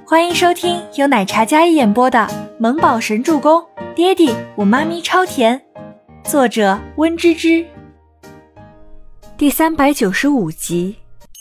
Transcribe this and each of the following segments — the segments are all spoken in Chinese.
欢迎收听由奶茶嘉一演播的《萌宝神助攻》，爹地我妈咪超甜，作者温芝芝。第395集。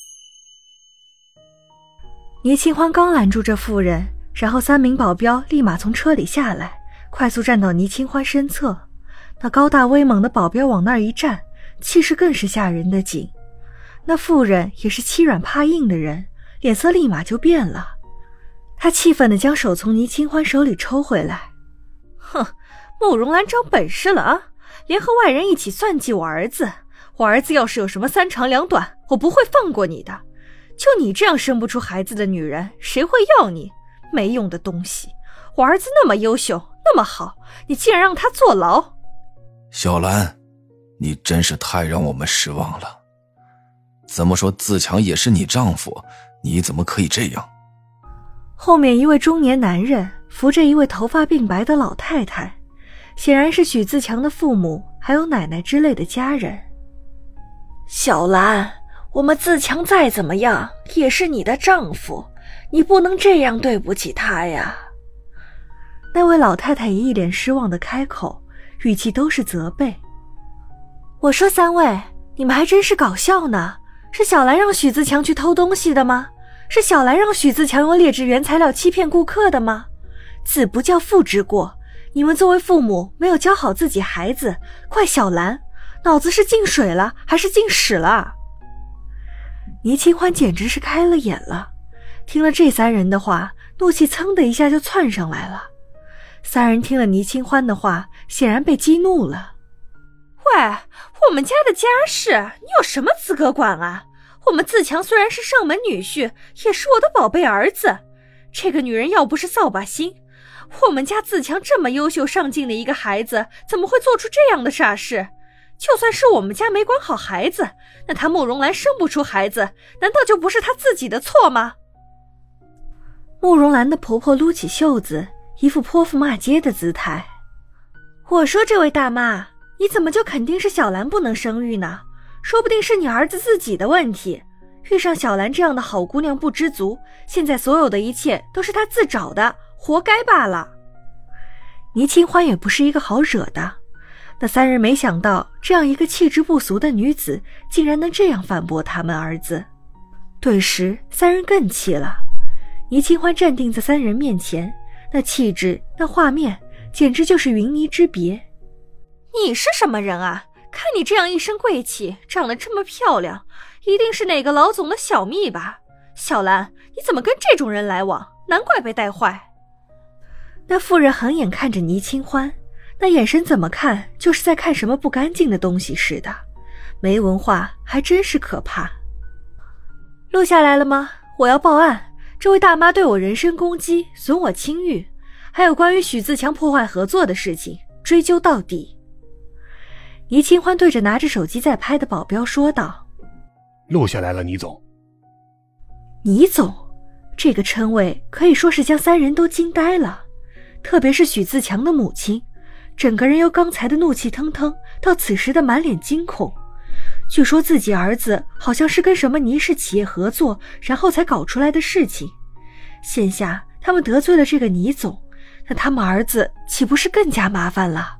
倪清欢刚拦住这妇人，然后3名保镖立马从车里下来，快速站到倪清欢身侧。那高大威猛的保镖往那儿一站，气势更是吓人的紧。那妇人也是欺软怕硬的人，脸色立马就变了。他气愤地将手从倪清欢手里抽回来。 哼，慕容兰长本事了啊，连和外人一起算计我儿子。我儿子要是有什么3长2短，我不会放过你的。就你这样生不出孩子的女人，谁会要你？没用的东西！我儿子那么优秀，那么好，你竟然让他坐牢！ 小兰，你真是太让我们失望了。怎么说自强也是你丈夫，你怎么可以这样？ 后面一位中年男人扶着一位头发鬓白的老太太，显然是许自强的父母还有奶奶之类的家人。 小兰，我们自强再怎么样也是你的丈夫，你不能这样对不起他呀。 那位老太太也一脸失望地开口，语气都是责备。我说3位，你们还真是搞笑呢，是小兰让许自强去偷东西的吗？是小兰让许自强用劣质原材料欺骗顾客的吗？子不教父之过，你们作为父母没有教好自己孩子，怪小兰，脑子是进水了还是进屎了？倪清欢简直是开了眼了，听了这3人的话，怒气噌的一下就窜上来了。3人听了倪清欢的话，显然被激怒了。 喂，我们家的家事你有什么资格管啊？我们自强虽然是上门女婿，也是我的宝贝儿子。这个女人要不是扫把星，我们家自强这么优秀上进的一个孩子，怎么会做出这样的傻事？就算是我们家没管好孩子，那她慕容兰生不出孩子，难道就不是她自己的错吗？ 慕容兰的婆婆撸起袖子，一副泼妇骂街的姿态。我说这位大妈，你怎么就肯定是小兰不能生育呢？说不定是你儿子自己的问题，遇上小兰这样的好姑娘不知足，现在所有的一切都是她自找的，活该罢了。倪清欢也不是一个好惹的，那3人没想到这样一个气质不俗的女子竟然能这样反驳他们儿子。顿时3人更气了。倪清欢站定在3人面前，那气质那画面简直就是云泥之别。 你是什么人啊？看你这样一身贵气，长得这么漂亮，一定是哪个老总的小蜜吧？小兰，你怎么跟这种人来往？难怪被带坏。 那妇人横眼看着倪清欢，那眼神怎么看就是在看什么不干净的东西似的，没文化还真是可怕。录下来了吗？我要报案，这位大妈对我人身攻击，损我清誉，还有关于许自强破坏合作的事情，追究到底。倪清欢对着拿着手机在拍的保镖说道。 录下来了，倪总。 倪总这个称谓可以说是将3人都惊呆了，特别是许自强的母亲，整个人由刚才的怒气腾腾到此时的满脸惊恐。据说自己儿子好像是跟什么倪氏企业合作，然后才搞出来的事情。现下他们得罪了这个倪总，那他们儿子岂不是更加麻烦了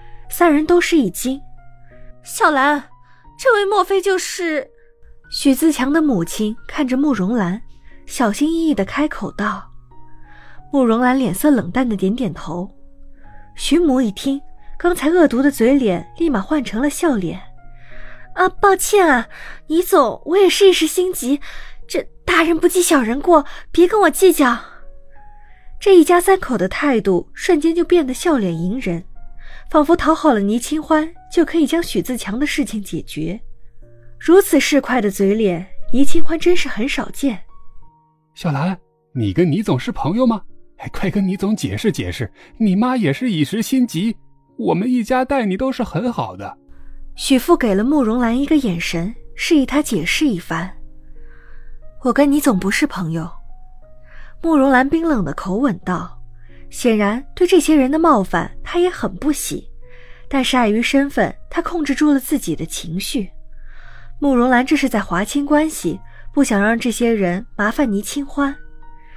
？3人都是一惊。 小兰，这位莫非就是…… 许自强的母亲看着慕容兰，小心翼翼地开口道。慕容兰脸色冷淡地点点头。徐母一听，刚才恶毒的嘴脸立马换成了笑脸。啊，抱歉啊，倪总，我也是一时心急，这大人不计小人过，别跟我计较。这一家3口的态度瞬间就变得笑脸迎人，仿佛讨好了倪清欢就可以将许自强的事情解决。如此市侩的嘴脸，倪清欢真是很少见。 小兰，你跟倪总是朋友吗？快跟倪总解释解释，你妈也是一时心急，我们一家待你都是很好的。 许父给了慕容兰一个眼神，示意他解释一番。我跟倪总不是朋友。慕容兰冰冷的口吻道，显然对这些人的冒犯他也很不喜，但是碍于身份，他控制住了自己的情绪。慕容兰这是在划清关系，不想让这些人麻烦倪清欢。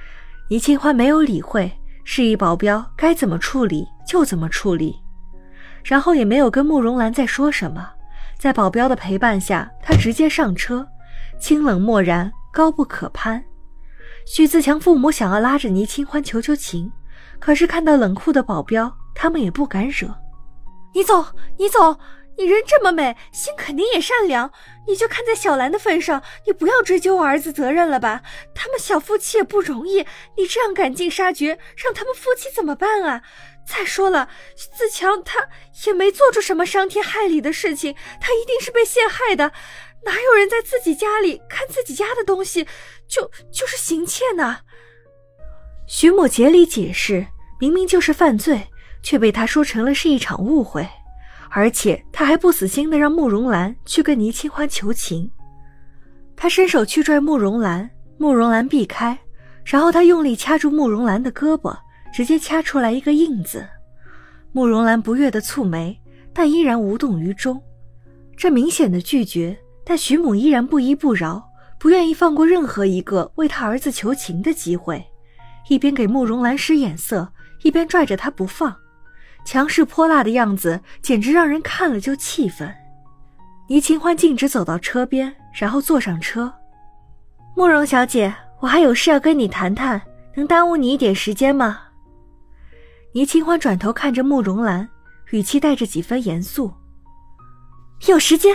倪清欢没有理会，示意保镖该怎么处理就怎么处理，然后也没有跟慕容兰再说什么。在保镖的陪伴下，他直接上车，清冷漠然，高不可攀。许自强父母想要拉着倪清欢求求情，可是看到冷酷的保镖，他们也不敢惹。 你走，你人这么美，心肯定也善良，你就看在小兰的份上，你不要追究我儿子责任了吧？他们小夫妻也不容易，你这样赶尽杀绝，让他们夫妻怎么办啊？再说了，自强他也没做出什么伤天害理的事情，他一定是被陷害的，哪有人在自己家里看自己家的东西就是行窃呢？ 徐母竭力解释，明明就是犯罪，却被他说成了是一场误会，而且他还不死心地让慕容兰去跟倪清欢求情。他伸手去拽慕容兰，慕容兰避开，然后他用力掐住慕容兰的胳膊，直接掐出来一个印子。慕容兰不悦地蹙眉，但依然无动于衷。这明显的拒绝，但徐母依然不依不饶，不愿意放过任何一个为他儿子求情的机会，一边给慕容兰使眼色，一边拽着他不放，强势泼辣的样子简直让人看了就气愤。倪清欢径直走到车边，然后坐上车。慕容小姐，我还有事要跟你谈谈，能耽误你一点时间吗？倪清欢转头看着慕容兰，语气带着几分严肃。有时间。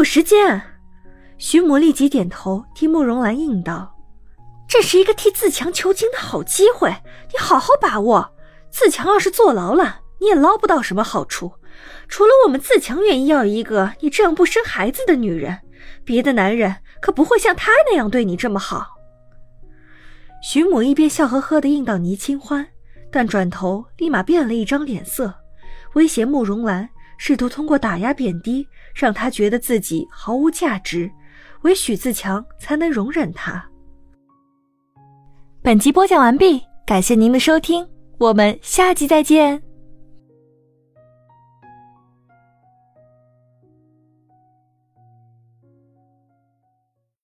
徐母立即点头，替慕容兰应道， 这是一个替自强求情的好机会，你好好把握。自强要是坐牢了，你也捞不到什么好处，除了我们自强愿意要一个你这样不生孩子的女人，别的男人可不会像他那样对你这么好。 徐母一边笑呵呵地应到倪清欢，但转头立马变了一张脸色，威胁慕容兰，试图通过打压贬低让他觉得自己毫无价值，唯许自强才能容忍他。 本集播讲完毕，感谢您的收听，我们下集再见。